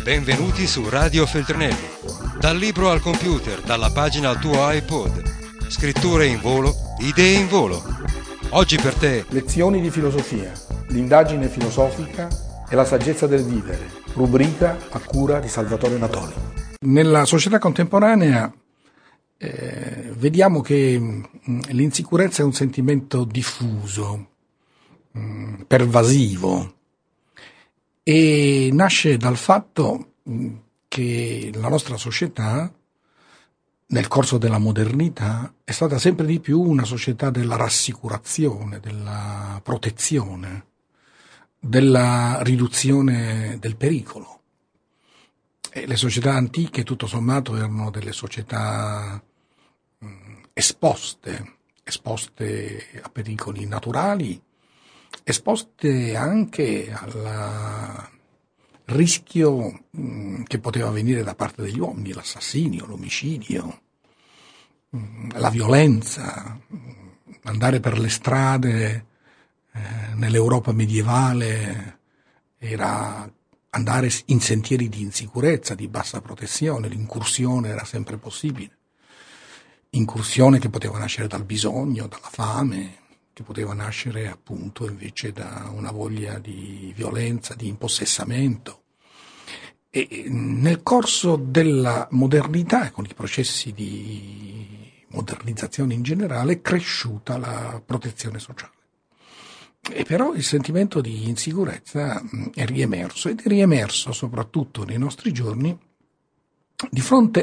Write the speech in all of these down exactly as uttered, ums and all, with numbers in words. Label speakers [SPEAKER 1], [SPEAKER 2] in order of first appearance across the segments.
[SPEAKER 1] Benvenuti su Radio Feltrinelli. Dal libro al computer, dalla pagina al tuo iPod. Scritture in volo, idee in volo. Oggi per te
[SPEAKER 2] Lezioni di filosofia, l'indagine filosofica e la saggezza del vivere, rubrica a cura di Salvatore Natoli. Nella società contemporanea eh, vediamo che mh, l'insicurezza è un sentimento diffuso, mh, pervasivo, e nasce dal fatto mh, che la nostra società nel corso della modernità è stata sempre di più una società della rassicurazione, della protezione, della riduzione del pericolo. E le società antiche, tutto sommato, erano delle società mh, esposte, esposte a pericoli naturali, esposte anche al rischio mh, che poteva venire da parte degli uomini, l'assassinio, l'omicidio, mh, la violenza, mh, andare per le strade eh, nell'Europa medievale era andare in sentieri di insicurezza, di bassa protezione, l'incursione era sempre possibile, incursione che poteva nascere dal bisogno, dalla fame, che poteva nascere appunto invece da una voglia di violenza, di impossessamento. E nel corso della modernità, con i processi di modernizzazione in generale, è cresciuta la protezione sociale. E però il sentimento di insicurezza è riemerso, ed è riemerso soprattutto nei nostri giorni di fronte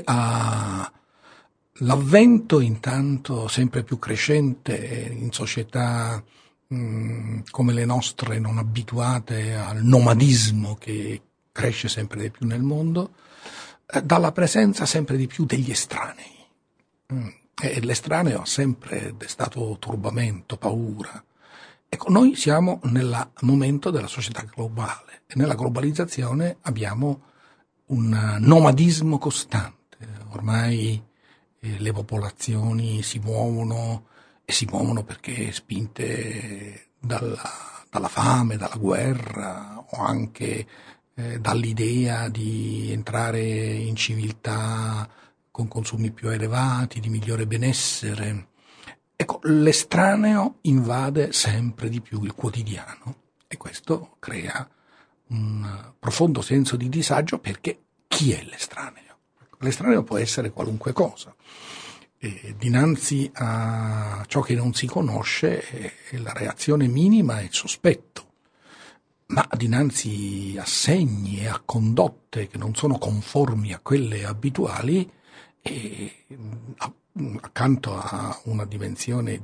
[SPEAKER 2] all'avvento intanto sempre più crescente in società mh, come le nostre, non abituate al nomadismo che cresce sempre di più nel mondo, eh, dalla presenza sempre di più degli estranei. Mm. E l'estraneo ha sempre destato turbamento, paura. Ecco, noi siamo nel momento della società globale e nella globalizzazione abbiamo un nomadismo costante. Ormai eh, le popolazioni si muovono e si muovono perché spinte dalla, dalla fame, dalla guerra o anche eh, dall'idea di entrare in civiltà con consumi più elevati, di migliore benessere. Ecco, l'estraneo invade sempre di più il quotidiano e questo crea un profondo senso di disagio, perché chi è l'estraneo? L'estraneo può essere qualunque cosa. E dinanzi a ciò che non si conosce la reazione minima è il sospetto, ma dinanzi a segni e a condotte che non sono conformi a quelle abituali, e accanto a una dimensione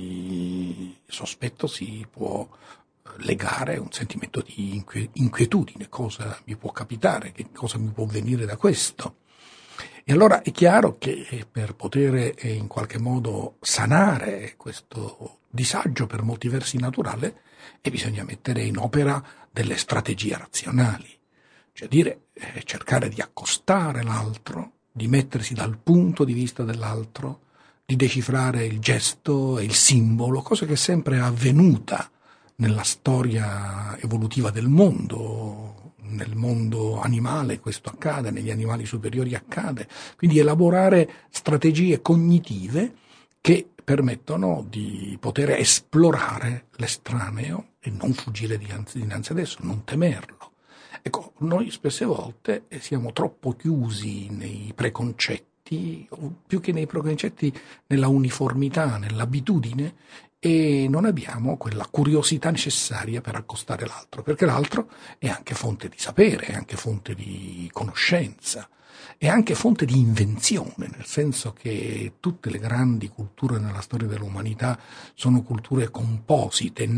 [SPEAKER 2] di sospetto si può legare un sentimento di inquietudine. Cosa mi può capitare? Che cosa mi può venire da questo? E allora è chiaro che per poter in qualche modo sanare questo disagio per molti versi naturale, e bisogna mettere in opera delle strategie razionali, cioè dire eh, cercare di accostare l'altro, di mettersi dal punto di vista dell'altro, di decifrare il gesto e il simbolo, cosa che è sempre avvenuta nella storia evolutiva del mondo. Nel mondo animale questo accade, negli animali superiori accade. Quindi elaborare strategie cognitive che permettono di poter esplorare l'estraneo e non fuggire dinanzi, dinanzi ad esso, non temerlo. Ecco, noi spesse volte siamo troppo chiusi nei preconcetti, o più che nei preconcetti nella uniformità, nell'abitudine, e non abbiamo quella curiosità necessaria per accostare l'altro, perché l'altro è anche fonte di sapere, è anche fonte di conoscenza, è anche fonte di invenzione, nel senso che tutte le grandi culture nella storia dell'umanità sono culture composite,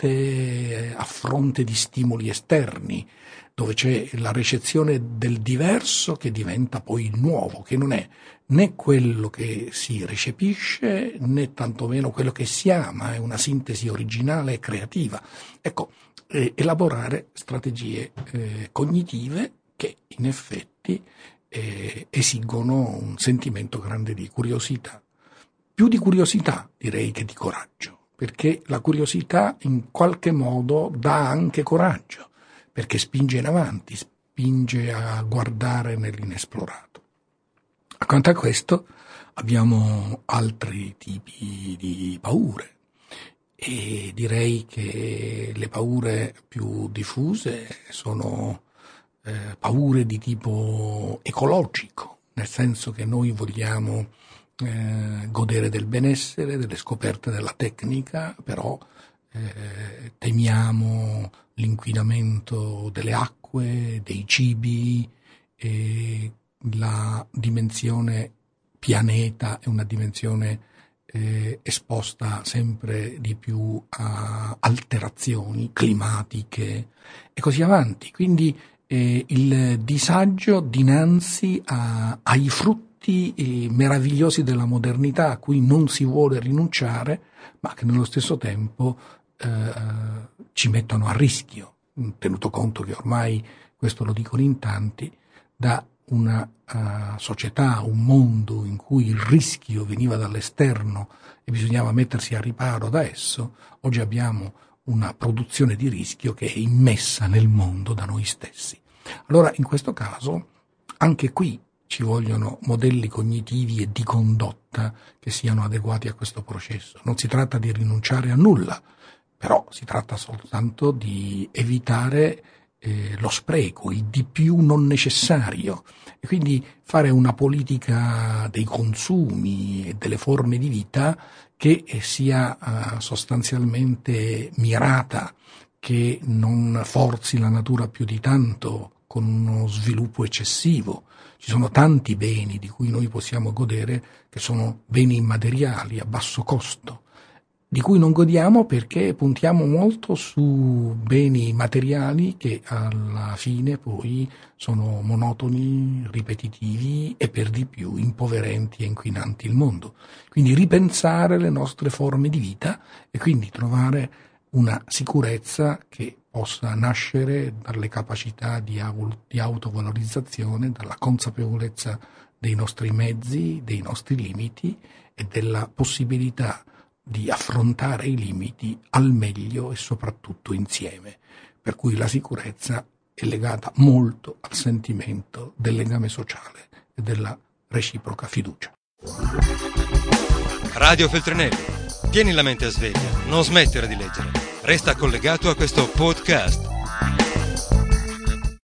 [SPEAKER 2] nate a fronte di stimoli esterni, dove c'è la ricezione del diverso che diventa poi il nuovo, che non è né quello che si recepisce né tantomeno quello che si ama, è una sintesi originale e creativa. Ecco, eh, elaborare strategie eh, cognitive che in effetti eh, esigono un sentimento grande di curiosità, più di curiosità direi che di coraggio, perché la curiosità in qualche modo dà anche coraggio, perché spinge in avanti, spinge a guardare nell'inesplorato. Accanto a questo abbiamo altri tipi di paure, e direi che le paure più diffuse sono eh, paure di tipo ecologico, nel senso che noi vogliamo eh, godere del benessere, delle scoperte della tecnica, però eh, temiamo l'inquinamento delle acque, dei cibi, e la dimensione pianeta è una dimensione eh, esposta sempre di più a alterazioni climatiche e così avanti. Quindi eh, il disagio dinanzi a, ai frutti eh, meravigliosi della modernità a cui non si vuole rinunciare, ma che nello stesso tempo eh, ci mettono a rischio, tenuto conto che ormai, questo lo dicono in tanti, da una uh, società, un mondo in cui il rischio veniva dall'esterno e bisognava mettersi a riparo da esso, oggi abbiamo una produzione di rischio che è immessa nel mondo da noi stessi. Allora, in questo caso, anche qui ci vogliono modelli cognitivi e di condotta che siano adeguati a questo processo. Non si tratta di rinunciare a nulla, però si tratta soltanto di evitare Eh, lo spreco, il di più non necessario, e quindi fare una politica dei consumi e delle forme di vita che eh, sia eh, sostanzialmente mirata, che non forzi la natura più di tanto con uno sviluppo eccessivo. Ci sono tanti beni di cui noi possiamo godere che sono beni immateriali a basso costo, di cui non godiamo perché puntiamo molto su beni materiali che alla fine poi sono monotoni, ripetitivi e per di più impoverenti e inquinanti il mondo. Quindi ripensare le nostre forme di vita e quindi trovare una sicurezza che possa nascere dalle capacità di, au- di autovalorizzazione, dalla consapevolezza dei nostri mezzi, dei nostri limiti e della possibilità di affrontare i limiti al meglio e soprattutto insieme, per cui la sicurezza è legata molto al sentimento del legame sociale e della reciproca fiducia.
[SPEAKER 1] Radio Feltrinelli, tieni la mente a sveglia, non smettere di leggere, resta collegato a questo podcast.